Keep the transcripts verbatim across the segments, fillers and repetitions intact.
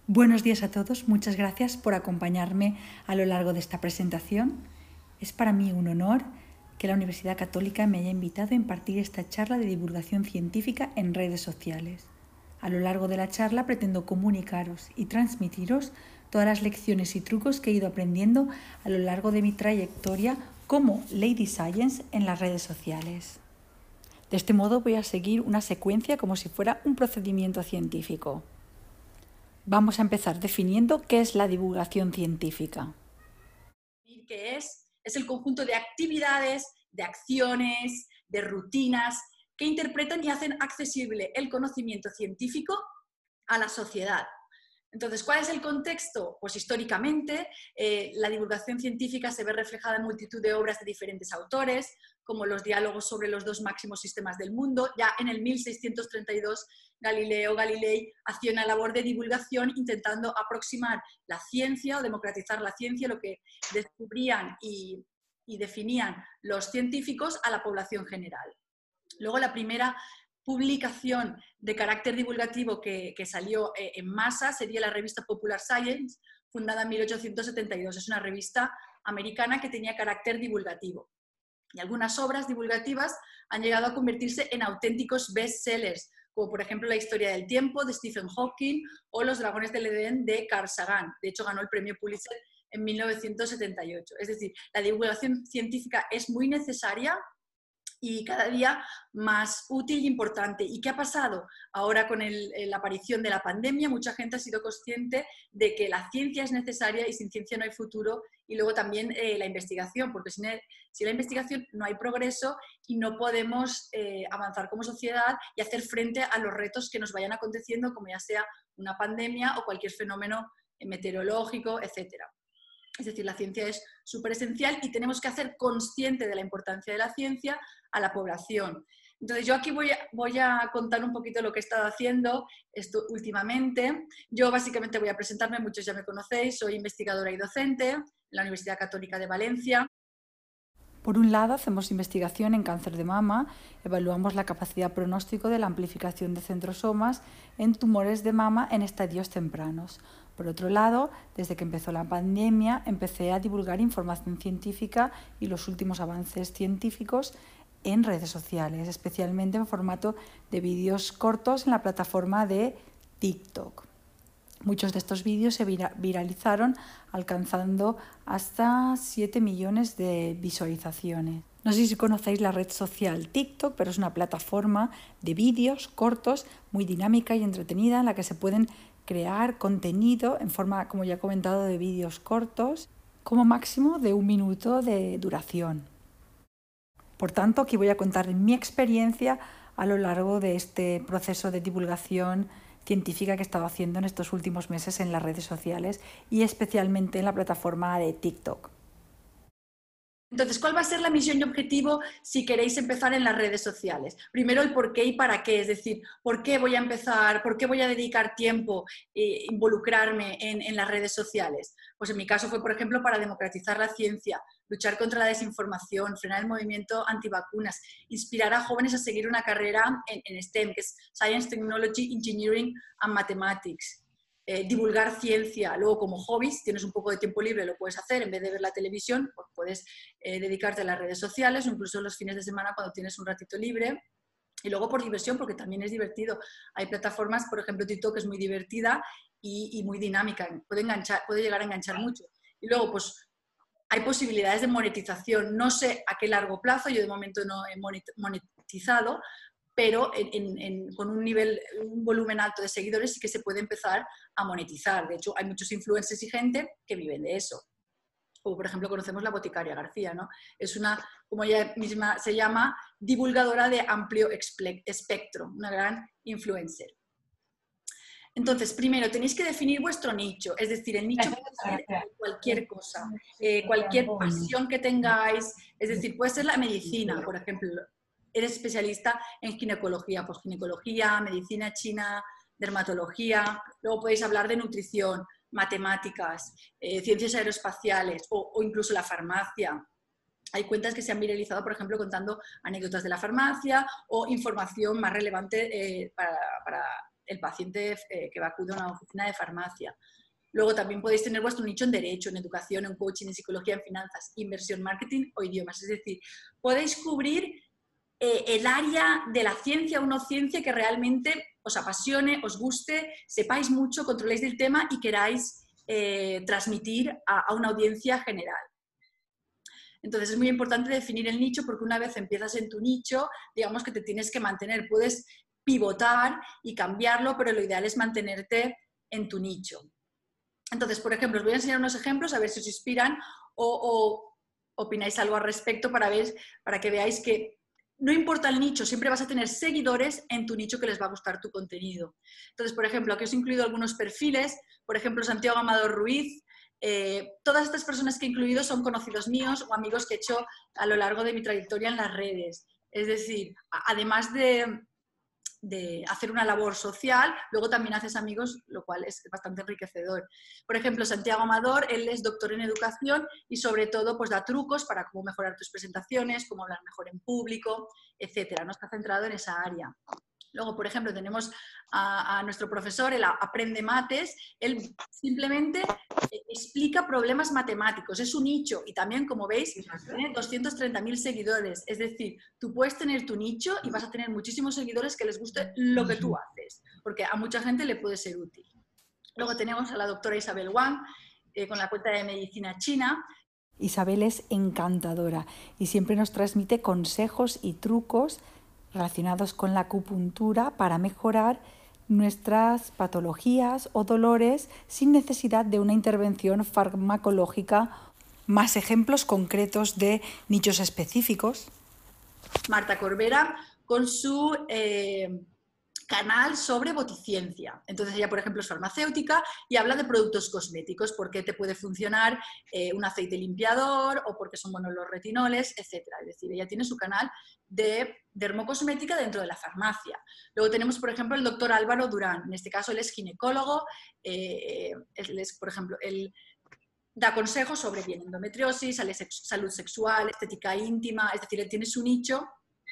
Buenos días a todos, muchas gracias por acompañarme a lo largo de esta presentación. Es para mí un honor que la Universidad Católica me haya invitado a impartir esta charla de divulgación científica en redes sociales. A lo largo de la charla pretendo comunicaros y transmitiros todas las lecciones y trucos que he ido aprendiendo a lo largo de mi trayectoria como Lady Science en las redes sociales. De este modo voy a seguir una secuencia como si fuera un procedimiento científico. Vamos a empezar definiendo qué es la divulgación científica. ¿Qué es? Es el conjunto de actividades, de acciones, de rutinas que interpretan y hacen accesible el conocimiento científico a la sociedad. Entonces, ¿cuál es el contexto? Pues históricamente eh, la divulgación científica se ve reflejada en multitud de obras de diferentes autores, como los diálogos sobre los dos máximos sistemas del mundo. Ya en el mil seiscientos treinta y dos Galileo Galilei hacía una labor de divulgación intentando aproximar la ciencia o democratizar la ciencia, lo que descubrían y, y definían los científicos, a la población general. Luego la primera publicación de carácter divulgativo que, que salió eh, en masa sería la revista Popular Science, fundada en mil ochocientos setenta y dos. Es una revista americana que tenía carácter divulgativo. Y algunas obras divulgativas han llegado a convertirse en auténticos bestsellers, como por ejemplo La historia del tiempo de Stephen Hawking o Los dragones del Edén de Carl Sagan. De hecho, ganó el premio Pulitzer en mil novecientos setenta y ocho. Es decir, la divulgación científica es muy necesaria y cada día más útil e importante. ¿Y qué ha pasado? Ahora con el, la aparición de la pandemia, mucha gente ha sido consciente de que la ciencia es necesaria y sin ciencia no hay futuro, y luego también eh, la investigación, porque sin, el, sin la investigación no hay progreso y no podemos eh, avanzar como sociedad y hacer frente a los retos que nos vayan aconteciendo, como ya sea una pandemia o cualquier fenómeno meteorológico, etcétera. Es decir, la ciencia es súper esencial y tenemos que hacer consciente de la importancia de la ciencia a la población. Entonces yo aquí voy a, voy a contar un poquito lo que he estado haciendo esto últimamente. Yo básicamente voy a presentarme, muchos ya me conocéis, soy investigadora y docente en la Universidad Católica de Valencia. Por un lado, hacemos investigación en cáncer de mama, evaluamos la capacidad pronóstico de la amplificación de centrosomas en tumores de mama en estadios tempranos. Por otro lado, desde que empezó la pandemia, empecé a divulgar información científica y los últimos avances científicos en redes sociales, especialmente en formato de vídeos cortos en la plataforma de TikTok. Muchos de estos vídeos se viralizaron, alcanzando hasta siete millones de visualizaciones. No sé si conocéis la red social TikTok, pero es una plataforma de vídeos cortos, muy dinámica y entretenida, en la que se pueden crear contenido en forma, como ya he comentado, de vídeos cortos, como máximo de un minuto de duración. Por tanto, aquí voy a contar mi experiencia a lo largo de este proceso de divulgación científica que he estado haciendo en estos últimos meses en las redes sociales y especialmente en la plataforma de TikTok. Entonces, ¿cuál va a ser la misión y objetivo si queréis empezar en las redes sociales? Primero, el por qué y para qué, es decir, ¿por qué voy a empezar? ¿Por qué voy a dedicar tiempo, eh, involucrarme en, en las redes sociales? Pues en mi caso fue, por ejemplo, para democratizar la ciencia, luchar contra la desinformación, frenar el movimiento antivacunas, inspirar a jóvenes a seguir una carrera en, en STEM, que es Science, Technology, Engineering and Mathematics. Eh, divulgar ciencia. Luego, como hobbies, tienes un poco de tiempo libre, lo puedes hacer, en vez de ver la televisión, pues puedes eh, dedicarte a las redes sociales, o incluso los fines de semana cuando tienes un ratito libre. Y luego por diversión, porque también es divertido. Hay plataformas, por ejemplo TikTok, que es muy divertida y, y muy dinámica, puede, enganchar, puede llegar a enganchar mucho. Y luego, pues hay posibilidades de monetización, no sé a qué largo plazo, yo de momento no he monetizado, pero en, en, en, con un nivel, un volumen alto de seguidores sí que se puede empezar a monetizar. De hecho, hay muchos influencers y gente que viven de eso. O, por ejemplo, conocemos la boticaria García, ¿no? Es una, como ella misma se llama, divulgadora de amplio espectro, una gran influencer. Entonces, primero, tenéis que definir vuestro nicho, es decir, el nicho puede ser cualquier cosa, eh, cualquier pasión que tengáis, es decir, puede ser la medicina, por ejemplo. Eres especialista en ginecología, pues ginecología, medicina china, dermatología. Luego podéis hablar de nutrición, matemáticas, eh, ciencias aeroespaciales o, o incluso la farmacia. Hay cuentas que se han viralizado, por ejemplo, contando anécdotas de la farmacia o información más relevante eh, para, para el paciente eh, que va a acudir a una oficina de farmacia. Luego también podéis tener vuestro nicho en derecho, en educación, en coaching, en psicología, en finanzas, inversión, marketing o idiomas. Es decir, podéis cubrir eh, el área de la ciencia o no ciencia que realmente os apasione, os guste, sepáis mucho, controléis del tema y queráis eh, transmitir a, a una audiencia general. Entonces es muy importante definir el nicho porque una vez empiezas en tu nicho, digamos que te tienes que mantener. Puedes pivotar y cambiarlo, pero lo ideal es mantenerte en tu nicho. Entonces, por ejemplo, os voy a enseñar unos ejemplos a ver si os inspiran o, o opináis algo al respecto para, ver, para que veáis que no importa el nicho, siempre vas a tener seguidores en tu nicho que les va a gustar tu contenido. Entonces, por ejemplo, aquí os he incluido algunos perfiles, por ejemplo, Santiago Amador Ruiz. Eh, todas estas personas que he incluido son conocidos míos o amigos que he hecho a lo largo de mi trayectoria en las redes. Es decir, además de, de hacer una labor social, luego también haces amigos, lo cual es bastante enriquecedor. Por ejemplo, Santiago Amador, él es doctor en educación y sobre todo pues da trucos para cómo mejorar tus presentaciones, cómo hablar mejor en público, etcétera. No está centrado en esa área. Luego, por ejemplo, tenemos a, a nuestro profesor, él aprende mates, él simplemente explica problemas matemáticos, es un nicho y también, como veis, tiene doscientos treinta mil seguidores. Es decir, tú puedes tener tu nicho y vas a tener muchísimos seguidores que les guste lo que tú haces, porque a mucha gente le puede ser útil. Luego tenemos a la doctora Isabel Wang, eh, con la cuenta de medicina china. Isabel es encantadora y siempre nos transmite consejos y trucos relacionados con la acupuntura para mejorar nuestras patologías o dolores sin necesidad de una intervención farmacológica. Más ejemplos concretos de nichos específicos. Marta Corbera con su eh, canal sobre boticiencia. Entonces ella, por ejemplo, es farmacéutica y habla de productos cosméticos, por qué te puede funcionar eh, un aceite limpiador o por qué son buenos los retinoles, etcétera. Es decir, ella tiene su canal de dermocosmética dentro de la farmacia. Luego tenemos, por ejemplo, el doctor Álvaro Durán. En este caso, él es ginecólogo, eh, él es, por ejemplo, él da consejos sobre bien endometriosis, salud sexual, estética íntima, es decir, él tiene su nicho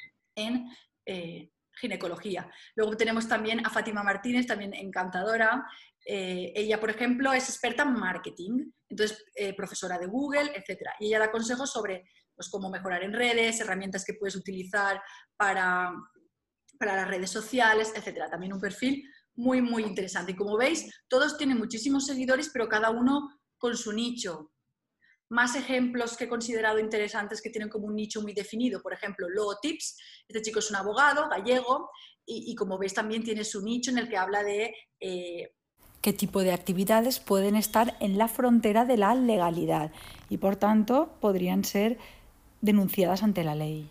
en eh, ginecología. Luego tenemos también a Fátima Martínez, también encantadora. Eh, ella, por ejemplo, es experta en marketing, entonces eh, profesora de Google, etcétera. Y ella da consejos sobre pues, cómo mejorar en redes, herramientas que puedes utilizar para, para las redes sociales, etcétera. También un perfil muy, muy interesante. Y como veis, todos tienen muchísimos seguidores, pero cada uno con su nicho. Más ejemplos que he considerado interesantes que tienen como un nicho muy definido, por ejemplo, Logo Tips. Este chico es un abogado gallego y, y como veis también tiene su nicho en el que habla de eh, qué tipo de actividades pueden estar en la frontera de la legalidad y por tanto podrían ser denunciadas ante la ley.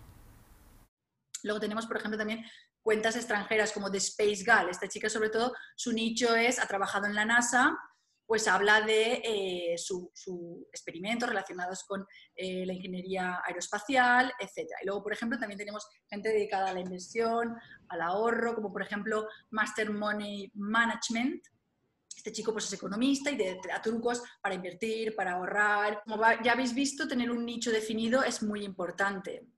Luego tenemos, por ejemplo, también cuentas extranjeras como The Space Gal. Esta chica, sobre todo, su nicho es, ha trabajado en la NASA, pues habla de eh, sus su experimentos relacionados con eh, la ingeniería aeroespacial, etcétera. Y luego, por ejemplo, también tenemos gente dedicada a la inversión, al ahorro, como por ejemplo Master Money Management. Este chico pues, es economista y te da trucos para invertir, para ahorrar. Como ya habéis visto, tener un nicho definido es muy importante.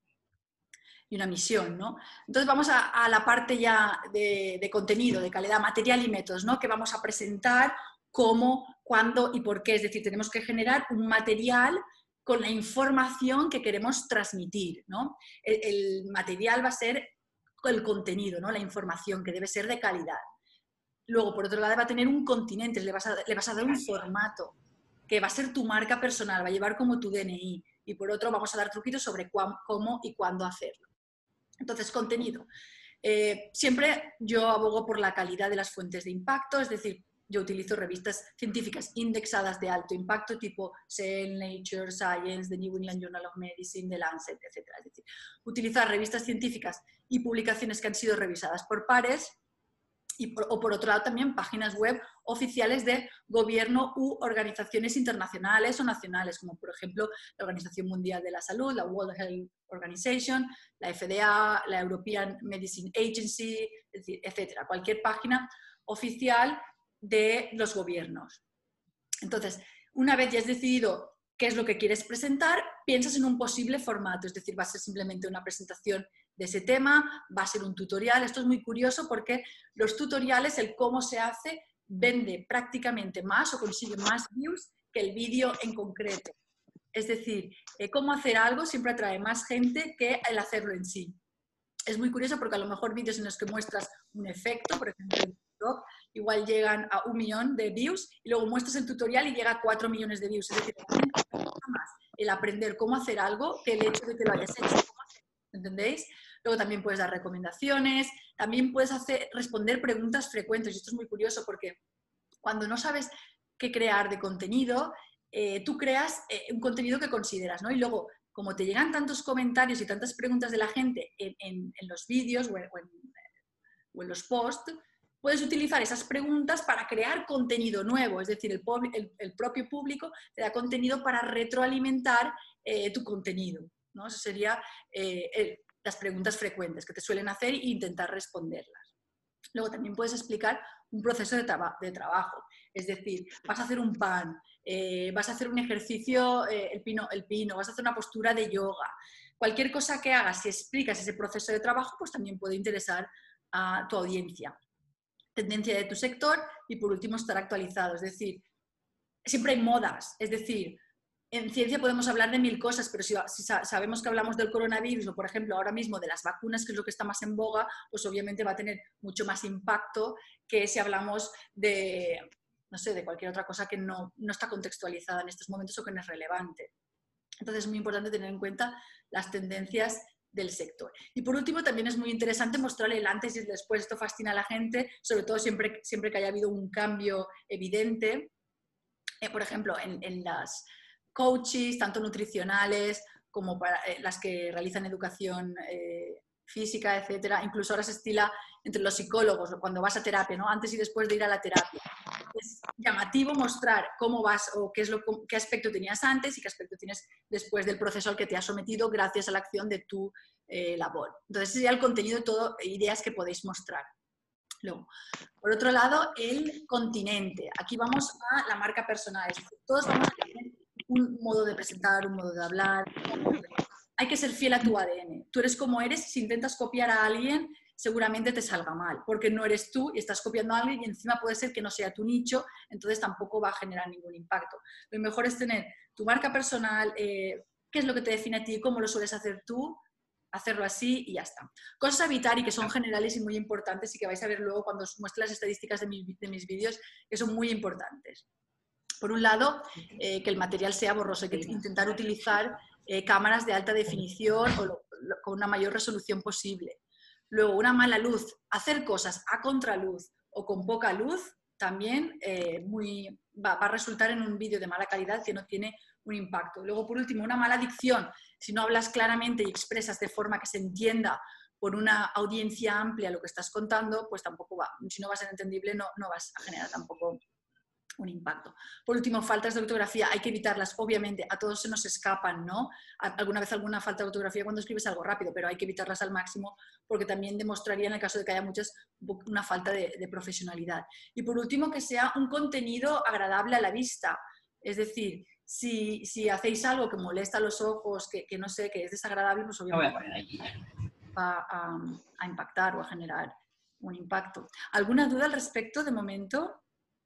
Y una misión, ¿no? Entonces vamos a, a la parte ya de, de contenido, de calidad, material y métodos, ¿no? Que vamos a presentar cómo, cuándo y por qué. Es decir, tenemos que generar un material con la información que queremos transmitir, ¿no? El, el material va a ser el contenido, ¿no? La información, que debe ser de calidad. Luego, por otro lado, va a tener un continente, le vas a, le vas a dar un formato, que va a ser tu marca personal, va a llevar como tu D N I. Y por otro, vamos a dar truquitos sobre cuán, cómo y cuándo hacerlo. Entonces, contenido. Eh, siempre yo abogo por la calidad de las fuentes de impacto, es decir, yo utilizo revistas científicas indexadas de alto impacto tipo Cell, Nature, Science, The New England Journal of Medicine, The Lancet, etcétera. Es decir, utilizar revistas científicas y publicaciones que han sido revisadas por pares y por, o por otro lado también páginas web oficiales de gobierno u organizaciones internacionales o nacionales, como por ejemplo la Organización Mundial de la Salud, la World Health Organization, la F D A, la European Medicine Agency, es decir, etcétera. Cualquier página oficial de los gobiernos. Entonces, una vez ya has decidido qué es lo que quieres presentar, piensas en un posible formato, es decir, va a ser simplemente una presentación de ese tema, va a ser un tutorial. Esto es muy curioso porque los tutoriales, el cómo se hace, vende prácticamente más o consigue más views que el vídeo en concreto. Es decir, eh, cómo hacer algo siempre atrae más gente que el hacerlo en sí. Es muy curioso porque a lo mejor vídeos en los que muestras un efecto, por ejemplo en TikTok, igual llegan a un millón de views y luego muestras el tutorial y llega a cuatro millones de views. Es decir, a la gente le gusta más el aprender cómo hacer algo que el hecho de que lo hayas hecho. ¿Entendéis? Luego también puedes dar recomendaciones, también puedes hacer, responder preguntas frecuentes. Y esto es muy curioso porque cuando no sabes qué crear de contenido, eh, tú creas eh, un contenido que consideras, ¿no? Y luego, como te llegan tantos comentarios y tantas preguntas de la gente en, en, en los vídeos o en, o, en, o en los posts, puedes utilizar esas preguntas para crear contenido nuevo. Es decir, el, el, el propio público te da contenido para retroalimentar eh, tu contenido, ¿no? Eso sería eh, el, las preguntas frecuentes que te suelen hacer e intentar responderlas. Luego también puedes explicar un proceso de, traba de trabajo. Es decir, vas a hacer un pan, eh, vas a hacer un ejercicio, eh, el, pino, el pino, vas a hacer una postura de yoga. Cualquier cosa que hagas, si explicas ese proceso de trabajo, pues también puede interesar a tu audiencia. Tendencia de tu sector y por último estar actualizado. Es decir, siempre hay modas. Es decir, en ciencia podemos hablar de mil cosas, pero si, si sabemos que hablamos del coronavirus o, por ejemplo, ahora mismo de las vacunas, que es lo que está más en boga, pues obviamente va a tener mucho más impacto que si hablamos de, no sé, de cualquier otra cosa que no, no está contextualizada en estos momentos o que no es relevante. Entonces es muy importante tener en cuenta las tendencias del sector. Y por último, también es muy interesante mostrar el antes y el después. Esto fascina a la gente, sobre todo siempre, siempre que haya habido un cambio evidente. Eh, por ejemplo, en, en las coaches, tanto nutricionales como para eh, las que realizan educación eh, física, etcétera. Incluso ahora se estila entre los psicólogos, cuando vas a terapia, ¿no? Antes y después de ir a la terapia. Es llamativo mostrar cómo vas o qué, es lo, qué aspecto tenías antes y qué aspecto tienes después del proceso al que te has sometido gracias a la acción de tu eh, labor. Entonces, ese sería el contenido de todo, ideas que podéis mostrar. Luego, por otro lado, el continente. Aquí vamos a la marca personal. Es decir, todos vamos a tener un modo de presentar, un modo de hablar. Hay que ser fiel a tu A D N. Tú eres como eres. Si intentas copiar a alguien, seguramente te salga mal, porque no eres tú y estás copiando a alguien y encima puede ser que no sea tu nicho, entonces tampoco va a generar ningún impacto. Lo mejor es tener tu marca personal, eh, qué es lo que te define a ti, cómo lo sueles hacer tú, hacerlo así y ya está. Cosas a evitar y que son generales y muy importantes y que vais a ver luego cuando os muestre las estadísticas de mis, de mis vídeos, que son muy importantes. Por un lado, eh, que el material sea borroso, hay que intentar utilizar eh, cámaras de alta definición o lo, lo, con una mayor resolución posible. Luego, una mala luz, hacer cosas a contraluz o con poca luz, también eh, muy, va, va a resultar en un vídeo de mala calidad que no tiene un impacto. Luego, por último, una mala dicción. Si no hablas claramente y expresas de forma que se entienda por una audiencia amplia lo que estás contando, pues tampoco va. Si no va a ser entendible, no, no vas a generar tampoco un impacto. Por último, faltas de ortografía, hay que evitarlas, obviamente, a todos se nos escapan, ¿no? Alguna vez alguna falta de ortografía cuando escribes algo rápido, pero hay que evitarlas al máximo porque también demostraría, en el caso de que haya muchas, una falta de, de profesionalidad. Y por último, que sea un contenido agradable a la vista, es decir, si, si hacéis algo que molesta a los ojos, que, que no sé, que es desagradable, pues obviamente va a, a impactar o a generar un impacto. ¿Alguna duda al respecto de momento?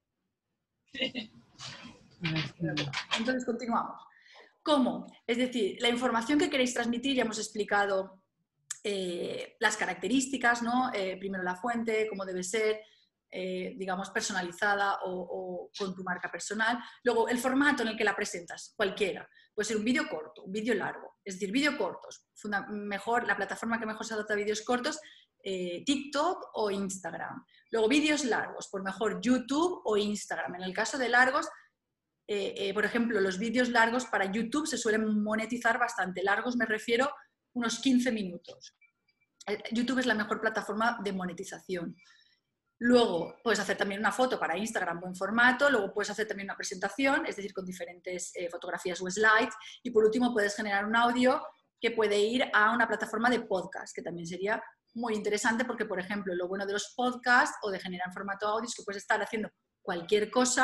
Entonces continuamos. ¿Cómo? Es decir, la información que queréis transmitir, ya hemos explicado eh, las características, ¿no? Eh, primero la fuente, cómo debe ser, eh, digamos, personalizada o, o con tu marca personal. Luego, el formato en el que la presentas, cualquiera. Puede ser un vídeo corto, un vídeo largo. Es decir, vídeo cortos. Mejor, la plataforma que mejor se adapta a vídeos cortos, eh, TikTok o Instagram. Luego, vídeos largos, por mejor YouTube o Instagram. En el caso de largos, eh, eh, por ejemplo, los vídeos largos para YouTube se suelen monetizar bastante. Largos me refiero unos quince minutos. YouTube es la mejor plataforma de monetización. Luego puedes hacer también una foto para Instagram, buen formato. Luego puedes hacer también una presentación, es decir, con diferentes eh, fotografías o slides. Y por último puedes generar un audio que puede ir a una plataforma de podcast, que también sería muy interesante porque, por ejemplo, lo bueno de los podcasts o de generar formato audio es que puedes estar haciendo cualquier cosa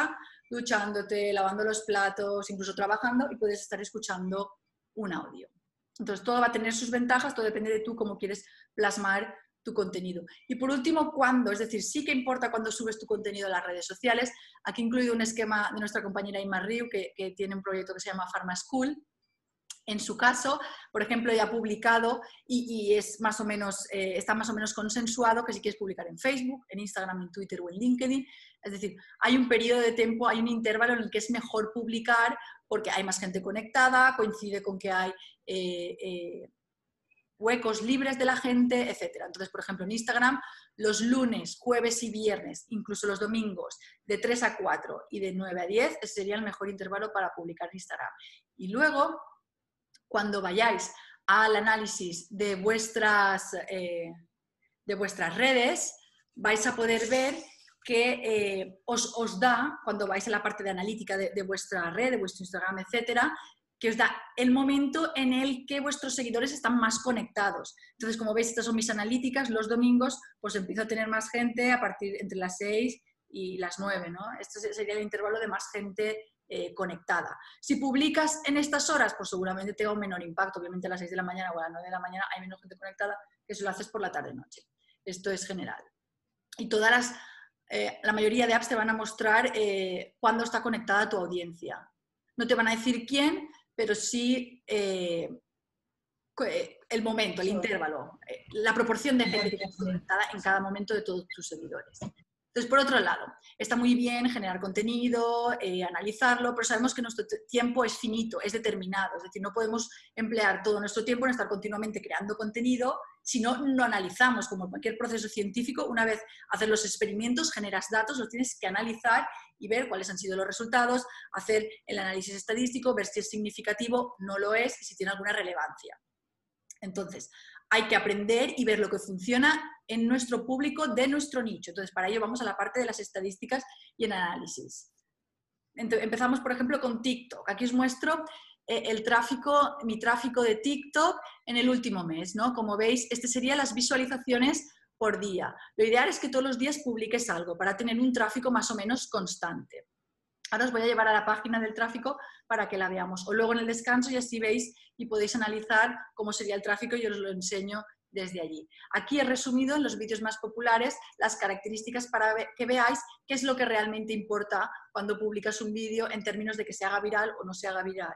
duchándote, lavando los platos, incluso trabajando, y puedes estar escuchando un audio. Entonces, todo va a tener sus ventajas, todo depende de tú cómo quieres plasmar tu contenido. Y por último, ¿cuándo? Es decir, sí que importa cuando subes tu contenido a las redes sociales. Aquí he incluido un esquema de nuestra compañera Inma Riu, que, que tiene un proyecto que se llama Pharma School. En su caso, por ejemplo, ya ha publicado y, y es más o menos, eh, está más o menos consensuado que si quieres publicar en Facebook, en Instagram, en Twitter o en LinkedIn. Es decir, hay un periodo de tiempo, hay un intervalo en el que es mejor publicar porque hay más gente conectada, coincide con que hay eh, eh, huecos libres de la gente, etcétera. Entonces, por ejemplo, en Instagram, los lunes, jueves y viernes, incluso los domingos, de tres a cuatro y de nueve a diez, ese sería el mejor intervalo para publicar en Instagram. Y luego, cuando vayáis al análisis de vuestras, eh, de vuestras redes, vais a poder ver que eh, os, os da, cuando vais a la parte de analítica de, de vuestra red, de vuestro Instagram, etcétera, que os da el momento en el que vuestros seguidores están más conectados. Entonces, como veis, estas son mis analíticas. Los domingos, pues empiezo a tener más gente a partir entre las seis y las nueve, ¿no? Este sería el intervalo de más gente eh, conectada. Si publicas en estas horas, pues seguramente tenga un menor impacto. Obviamente a las seis de la mañana o a las nueve de la mañana hay menos gente conectada que si lo haces por la tarde-noche. Esto es general. Y todas las, eh, la mayoría de apps te van a mostrar eh, cuándo está conectada tu audiencia. No te van a decir quién, pero sí eh, el momento, el intervalo, eh, la proporción de gente que está conectada en cada momento de todos tus seguidores. Entonces, por otro lado, está muy bien generar contenido, eh, analizarlo, pero sabemos que nuestro tiempo es finito, es determinado. Es decir, no podemos emplear todo nuestro tiempo en estar continuamente creando contenido si no lo analizamos. Como cualquier proceso científico, una vez haces los experimentos, generas datos, los tienes que analizar y ver cuáles han sido los resultados, hacer el análisis estadístico, ver si es significativo, no lo es y si tiene alguna relevancia. Entonces, hay que aprender y ver lo que funciona en nuestro público de nuestro nicho. Entonces, para ello vamos a la parte de las estadísticas y el análisis. Entonces, empezamos, por ejemplo, con TikTok. Aquí os muestro eh, el tráfico, mi tráfico de TikTok en el último mes, ¿no? Como veis, este serían las visualizaciones por día. Lo ideal es que todos los días publiques algo para tener un tráfico más o menos constante. Ahora os voy a llevar a la página del tráfico para que la veamos. O luego en el descanso y así veis y podéis analizar cómo sería el tráfico y os lo enseño desde allí. Aquí he resumido en los vídeos más populares las características para que veáis qué es lo que realmente importa cuando publicas un vídeo en términos de que se haga viral o no se haga viral.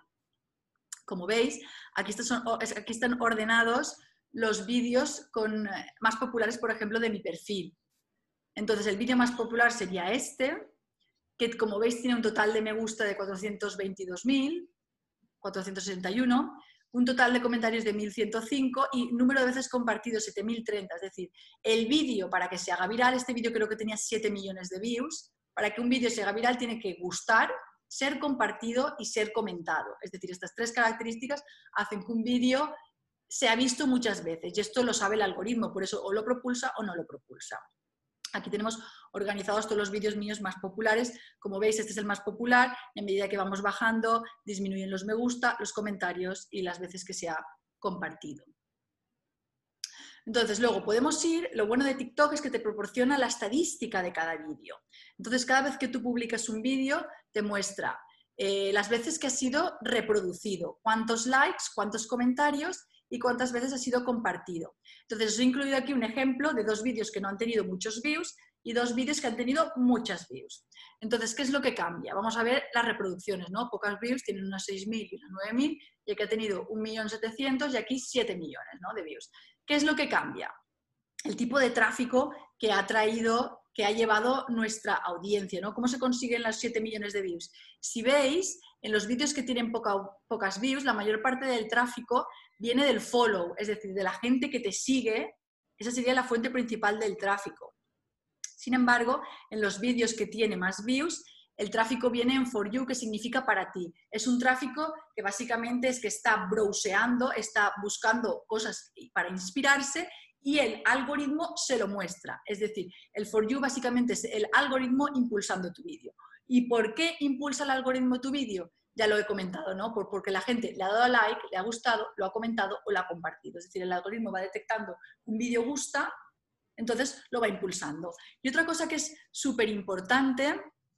Como veis, aquí están, aquí están ordenados los vídeos con, más populares, por ejemplo, de mi perfil. Entonces, el vídeo más popular sería este, que como veis tiene un total de me gusta de cuatrocientos veintidós mil, cuatrocientos sesenta y uno, un total de comentarios de mil ciento cinco y número de veces compartidos siete mil treinta. Es decir, el vídeo para que se haga viral, este vídeo creo que tenía siete millones de views, para que un vídeo se haga viral tiene que gustar, ser compartido y ser comentado. Es decir, estas tres características hacen que un vídeo sea visto muchas veces y esto lo sabe el algoritmo, por eso o lo propulsa o no lo propulsa. Aquí tenemos organizados todos los vídeos míos más populares. Como veis, este es el más popular y a medida que vamos bajando, disminuyen los me gusta, los comentarios y las veces que se ha compartido. Entonces, luego podemos ir, lo bueno de TikTok es que te proporciona la estadística de cada vídeo. Entonces, cada vez que tú publicas un vídeo, te muestra eh, las veces que ha sido reproducido, cuántos likes, cuántos comentarios y cuántas veces ha sido compartido. Entonces, os he incluido aquí un ejemplo de dos vídeos que no han tenido muchos views y dos vídeos que han tenido muchas views. Entonces, ¿qué es lo que cambia? Vamos a ver las reproducciones, ¿no? Pocas views tienen unas seis mil y unas nueve mil, y aquí ha tenido un millón setecientos mil y aquí siete millones, ¿no?, de views. ¿Qué es lo que cambia? El tipo de tráfico que ha traído, que ha llevado nuestra audiencia, ¿no? ¿Cómo se consiguen las siete millones de views? Si veis, en los vídeos que tienen poca, pocas views, la mayor parte del tráfico viene del follow, es decir, de la gente que te sigue. Esa sería la fuente principal del tráfico. Sin embargo, en los vídeos que tiene más views, el tráfico viene en For You, que significa para ti. Es un tráfico que básicamente es que está browseando, está buscando cosas para inspirarse y el algoritmo se lo muestra. Es decir, el For You básicamente es el algoritmo impulsando tu vídeo. ¿Y por qué impulsa el algoritmo tu vídeo? Ya lo he comentado, ¿no? Porque la gente le ha dado like, le ha gustado, lo ha comentado o lo ha compartido. Es decir, el algoritmo va detectando un vídeo gusta, entonces lo va impulsando. Y otra cosa que es súper importante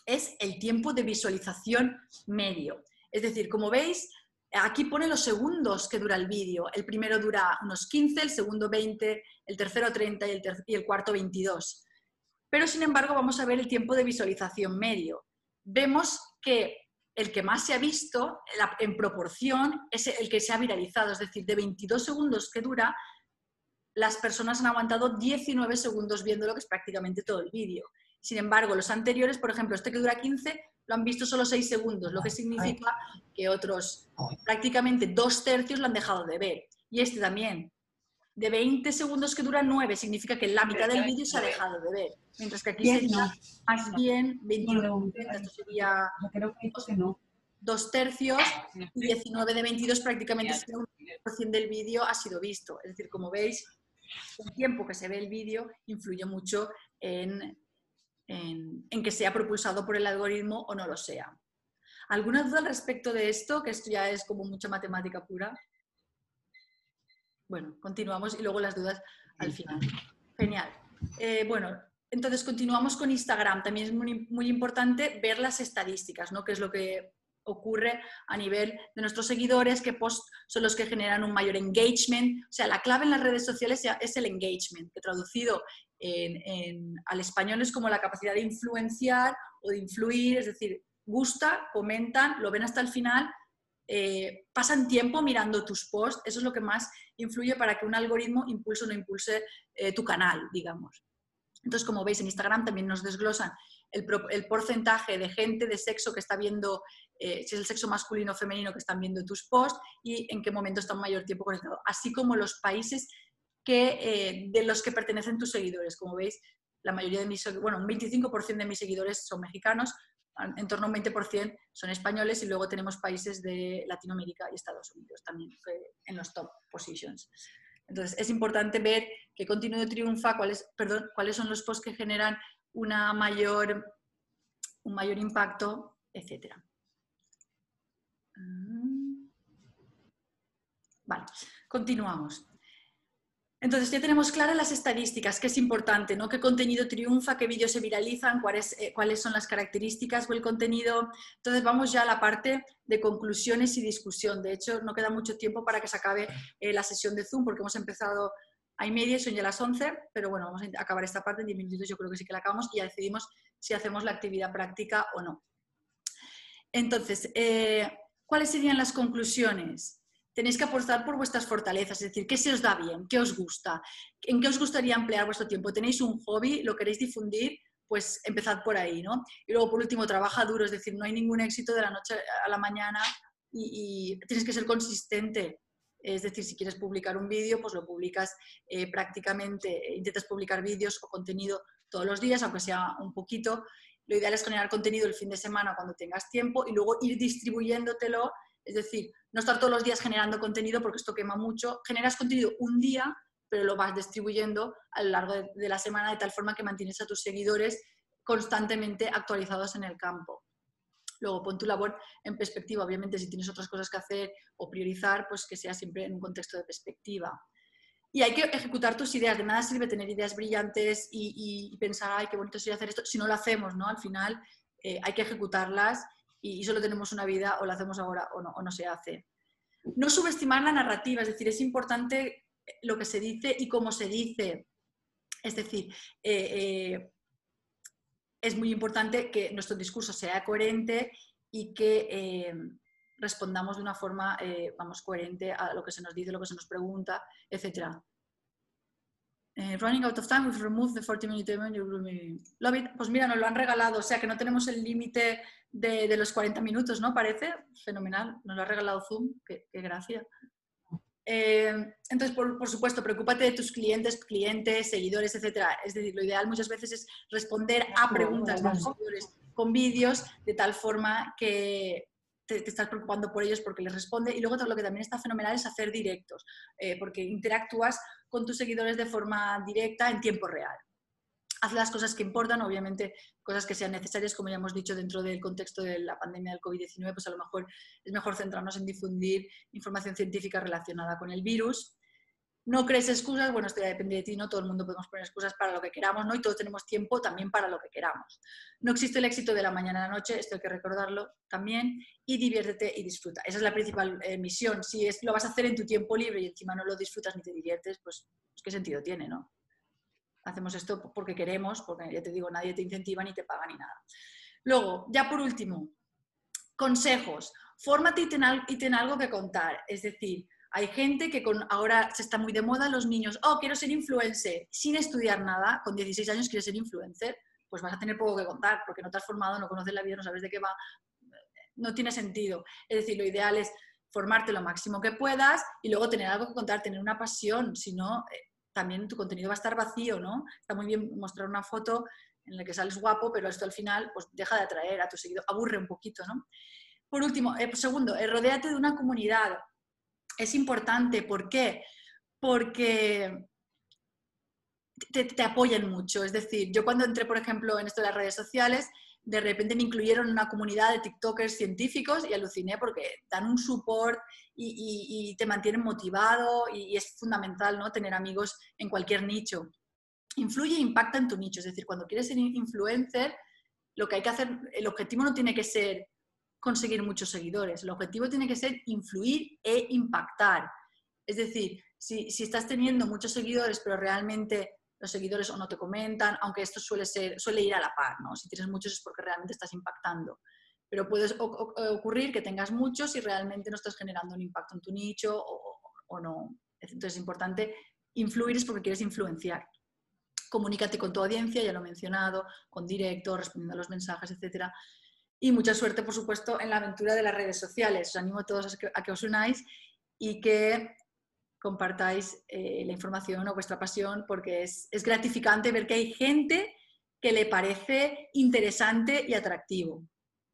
es el tiempo de visualización medio. Es decir, como veis, aquí pone los segundos que dura el vídeo. El primero dura unos quince, el segundo veinte, el tercero treinta y el, ter- y el cuarto veintidós. Pero, sin embargo, vamos a ver el tiempo de visualización medio. Vemos que el que más se ha visto, en proporción, es el que se ha viralizado. Es decir, de veintidós segundos que dura, las personas han aguantado diecinueve segundos viéndolo, que es prácticamente todo el vídeo. Sin embargo, los anteriores, por ejemplo, este que dura quince, lo han visto solo seis segundos, lo que significa que otros prácticamente dos tercios lo han dejado de ver. Y este también, de veinte segundos que dura nueve, significa que la mitad del vídeo se ha dejado de ver. Mientras que aquí sería más bien veintiuno, esto sería dos, dos tercios, y diecinueve de veintidós prácticamente sería un veinte por ciento del vídeo ha sido visto. Es decir, como veis, el tiempo que se ve el vídeo influye mucho en, en, en que sea propulsado por el algoritmo o no lo sea. ¿Alguna duda al respecto de esto? Que esto ya es como mucha matemática pura. Bueno, continuamos y luego las dudas al final. Genial. Eh, bueno, entonces continuamos con Instagram. También es muy, muy importante ver las estadísticas, ¿no? Que es lo que ocurre a nivel de nuestros seguidores, qué posts son los que generan un mayor engagement. O sea, la clave en las redes sociales es el engagement, que traducido en, en, al español es como la capacidad de influenciar o de influir, es decir, gusta, comentan, lo ven hasta el final, eh, pasan tiempo mirando tus posts. Eso es lo que más influye para que un algoritmo impulse o no impulse eh, tu canal, digamos. Entonces, como veis, en Instagram también nos desglosan el, el porcentaje de gente de sexo que está viendo, eh, si es el sexo masculino o femenino que están viendo tus posts y en qué momento están mayor tiempo conectado, así como los países que, eh, de los que pertenecen tus seguidores. Como veis, la mayoría de mis, bueno, un veinticinco por ciento de mis seguidores son mexicanos, en torno a un veinte por ciento son españoles y luego tenemos países de Latinoamérica y Estados Unidos también en los top positions. Entonces, es importante ver qué contenido triunfa, cuáles, perdón, cuáles son los posts que generan una mayor, un mayor impacto, etcétera. Vale, continuamos. Entonces ya tenemos claras las estadísticas, que es importante, ¿no? Qué contenido triunfa, qué vídeos se viralizan, cuáles, eh, cuáles son las características o el contenido. Entonces vamos ya a la parte de conclusiones y discusión. De hecho, no queda mucho tiempo para que se acabe eh, la sesión de Zoom, porque hemos empezado a y media y son ya las once, pero bueno, vamos a acabar esta parte en diez minutos, yo creo que sí que la acabamos y ya decidimos si hacemos la actividad práctica o no. Entonces, eh, ¿cuáles serían las conclusiones? Tenéis que apostar por vuestras fortalezas, es decir, qué se os da bien, qué os gusta, en qué os gustaría emplear vuestro tiempo. ¿Tenéis un hobby? ¿Lo queréis difundir? Pues empezad por ahí, ¿no? Y luego, por último, trabaja duro, es decir, no hay ningún éxito de la noche a la mañana y, y tienes que ser consistente. Es decir, si quieres publicar un vídeo, pues lo publicas eh, prácticamente, eh, intentas publicar vídeos o contenido todos los días, aunque sea un poquito. Lo ideal es generar contenido el fin de semana cuando tengas tiempo y luego ir distribuyéndotelo. Es decir, no estar todos los días generando contenido porque esto quema mucho. Generas contenido un día, pero lo vas distribuyendo a lo largo de, de la semana de tal forma que mantienes a tus seguidores constantemente actualizados en el campo. Luego pon tu labor en perspectiva. Obviamente, si tienes otras cosas que hacer o priorizar, pues que sea siempre en un contexto de perspectiva. Y hay que ejecutar tus ideas. De nada sirve tener ideas brillantes y, y, y pensar, ay, qué bonito sería hacer esto, si no lo hacemos, ¿no? Al final eh, hay que ejecutarlas y, y solo tenemos una vida, o lo hacemos ahora o no, o no se hace. No subestimar la narrativa, es decir, es importante lo que se dice y cómo se dice. Es decir, eh, eh, es muy importante que nuestro discurso sea coherente y que eh, respondamos de una forma, eh, vamos, coherente a lo que se nos dice, lo que se nos pregunta, etcétera. Eh, running out of time, we've removed the forty minute Love it. Pues mira, nos lo han regalado, o sea que no tenemos el límite de, de los cuarenta minutos, ¿no? Parece fenomenal, nos lo ha regalado Zoom, qué, qué gracia. Eh, entonces, por, por supuesto, preocúpate de tus clientes, clientes, seguidores, etcétera. Es decir, lo ideal muchas veces es responder a preguntas de los seguidores con vídeos de tal forma que te, te estás preocupando por ellos porque les responde. Y luego lo que también está fenomenal es hacer directos, eh, porque interactúas con tus seguidores de forma directa en tiempo real. Haz las cosas que importan, obviamente cosas que sean necesarias, como ya hemos dicho, dentro del contexto de la pandemia del COVID diecinueve, pues a lo mejor es mejor centrarnos en difundir información científica relacionada con el virus. No crees excusas, bueno, esto ya depende de ti, no todo el mundo podemos poner excusas para lo que queramos, ¿no? Y todos tenemos tiempo también para lo que queramos. No existe el éxito de la mañana a la noche, esto hay que recordarlo también, y diviértete y disfruta. Esa es la principal eh, misión. Si es, lo vas a hacer en tu tiempo libre y encima no lo disfrutas ni te diviertes, pues, pues ¿qué sentido tiene, no? Hacemos esto porque queremos, porque ya te digo, nadie te incentiva ni te paga ni nada. Luego, ya por último, consejos. Fórmate y ten, y ten algo que contar, es decir, hay gente que con, ahora se está muy de moda los niños, oh, quiero ser influencer, sin estudiar nada, con dieciséis años quieres ser influencer, pues vas a tener poco que contar, porque no te has formado, no conoces la vida, no sabes de qué va, no tiene sentido. Es decir, lo ideal es formarte lo máximo que puedas y luego tener algo que contar, tener una pasión, si no, eh, también tu contenido va a estar vacío, ¿no? Está muy bien mostrar una foto en la que sales guapo, pero esto al final pues deja de atraer a tu seguidor, aburre un poquito, ¿no? Por último, eh, segundo, eh, rodéate de una comunidad. Es importante, ¿por qué? Porque te, te apoyan mucho. Es decir, yo cuando entré, por ejemplo, en esto de las redes sociales, de repente me incluyeron en una comunidad de tiktokers científicos y aluciné porque dan un support y, y, y te mantienen motivado y, y es fundamental, ¿no? Tener amigos en cualquier nicho. Influye e impacta en tu nicho. Es decir, cuando quieres ser influencer, lo que hay que hacer, el objetivo no tiene que ser conseguir muchos seguidores. El objetivo tiene que ser influir e impactar. Es decir, si, si estás teniendo muchos seguidores, pero realmente los seguidores o no te comentan, aunque esto suele, ser, suele ir a la par, ¿no? Si tienes muchos es porque realmente estás impactando. Pero puede ocurrir que tengas muchos y realmente no estás generando un impacto en tu nicho o, o no. Entonces es importante influir es porque quieres influenciar. Comunícate con tu audiencia, ya lo he mencionado, con directo, respondiendo a los mensajes, etcétera. Y mucha suerte, por supuesto, en la aventura de las redes sociales. Os animo a todos a que, a que os unáis y que compartáis eh, la información o vuestra pasión, porque es, es gratificante ver que hay gente que le parece interesante y atractivo.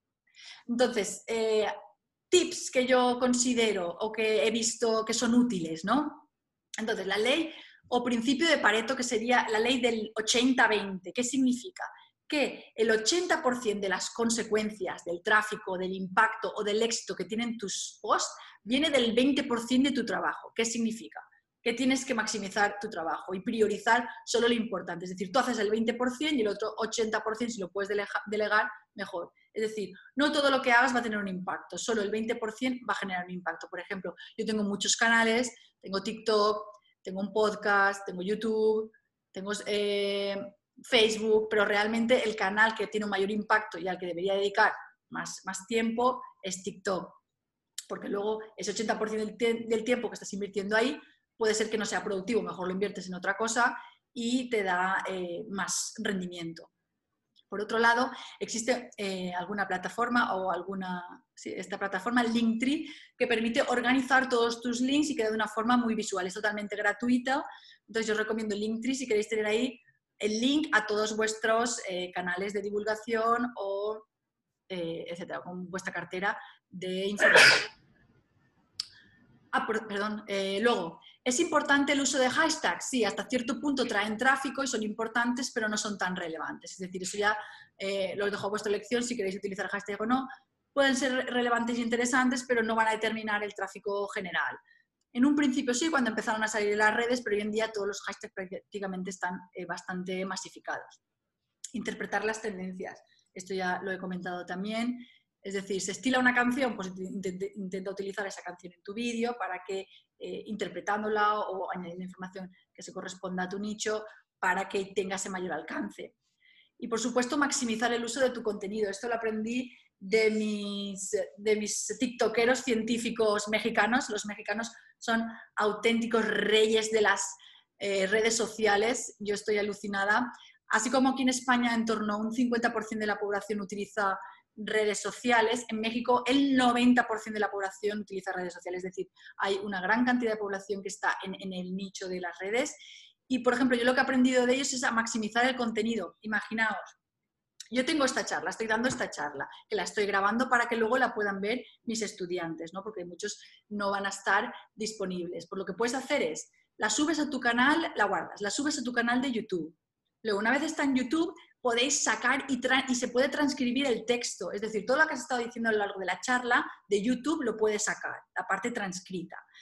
Entonces, eh, tips que yo considero o que he visto que son útiles, ¿no? Entonces, la ley o principio de Pareto, que sería la ley del ochenta veinte. ¿Qué significa? Que el ochenta por ciento de las consecuencias del tráfico, del impacto o del éxito que tienen tus posts viene del veinte por ciento de tu trabajo. ¿Qué significa? Que tienes que maximizar tu trabajo y priorizar solo lo importante. Es decir, tú haces el veinte por ciento y el otro ochenta por ciento, si lo puedes delegar, mejor. Es decir, no todo lo que hagas va a tener un impacto, solo el veinte por ciento va a generar un impacto. Por ejemplo, yo tengo muchos canales, tengo TikTok, tengo un podcast, tengo YouTube, tengo eh, Facebook, pero realmente el canal que tiene un mayor impacto y al que debería dedicar más, más tiempo es TikTok. Porque luego ese ochenta por ciento del, del tiempo que estás invirtiendo ahí puede ser que no sea productivo, mejor lo inviertes en otra cosa y te da eh, más rendimiento. Por otro lado, existe eh, alguna plataforma o alguna, sí, esta plataforma, Linktree, que permite organizar todos tus links y queda de una forma muy visual. Es totalmente gratuita, entonces yo os recomiendo Linktree si queréis tener ahí el link a todos vuestros eh, canales de divulgación o eh, etcétera, con vuestra cartera de información. Ah, perdón. Eh, luego, ¿es importante el uso de hashtags? Sí, hasta cierto punto traen tráfico y son importantes, pero no son tan relevantes. Es decir, eso ya eh, lo dejo a vuestra elección si queréis utilizar hashtag o no. Pueden ser relevantes e interesantes, pero no van a determinar el tráfico general. En un principio sí, cuando empezaron a salir las redes, pero hoy en día todos los hashtags prácticamente están eh, bastante masificados. Interpretar las tendencias. Esto ya lo he comentado también. Es decir, se estila una canción, pues intenta utilizar esa canción en tu vídeo para que, eh, interpretándola o añadiendo información que se corresponda a tu nicho, para que tenga ese mayor alcance. Y, por supuesto, maximizar el uso de tu contenido. Esto lo aprendí de mis, de mis tiktokeros científicos mexicanos. Los mexicanos son auténticos reyes de las eh, redes sociales. Yo estoy alucinada. Así como aquí en España en torno a un cincuenta por ciento de la población utiliza redes sociales, en México el noventa por ciento de la población utiliza redes sociales, es decir, hay una gran cantidad de población que está en, en el nicho de las redes y, por ejemplo, yo lo que he aprendido de ellos es a maximizar el contenido. Imaginaos, yo tengo esta charla, estoy dando esta charla, que la estoy grabando para que luego la puedan ver mis estudiantes, ¿no? Porque muchos no van a estar disponibles. Pues lo que puedes hacer es, la subes a tu canal, la guardas, la subes a tu canal de YouTube. Luego, una vez está en YouTube, podéis sacar y, y se puede transcribir el texto. Es decir, todo lo que has estado diciendo a lo largo de la charla de YouTube lo puedes sacar, la parte transcrita.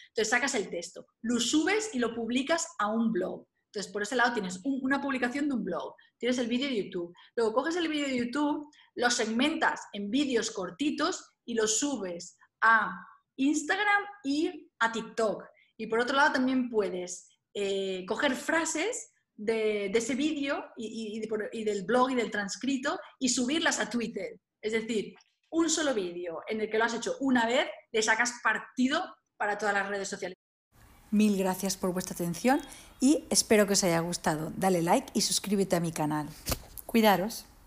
Entonces sacas el texto, lo subes y lo publicas a un blog. Entonces por ese lado tienes un, una publicación de un blog, tienes el vídeo de YouTube. Luego coges el vídeo de YouTube, lo segmentas en vídeos cortitos y lo subes a Instagram y a TikTok. Y por otro lado también puedes eh, coger frases de, de ese vídeo y, y, y del blog y del transcrito y subirlas a Twitter. Es decir, un solo vídeo en el que lo has hecho una vez, le sacas partido para todas las redes sociales. Mil gracias por vuestra atención y espero que os haya gustado. Dale like y suscríbete a mi canal. Cuidaros.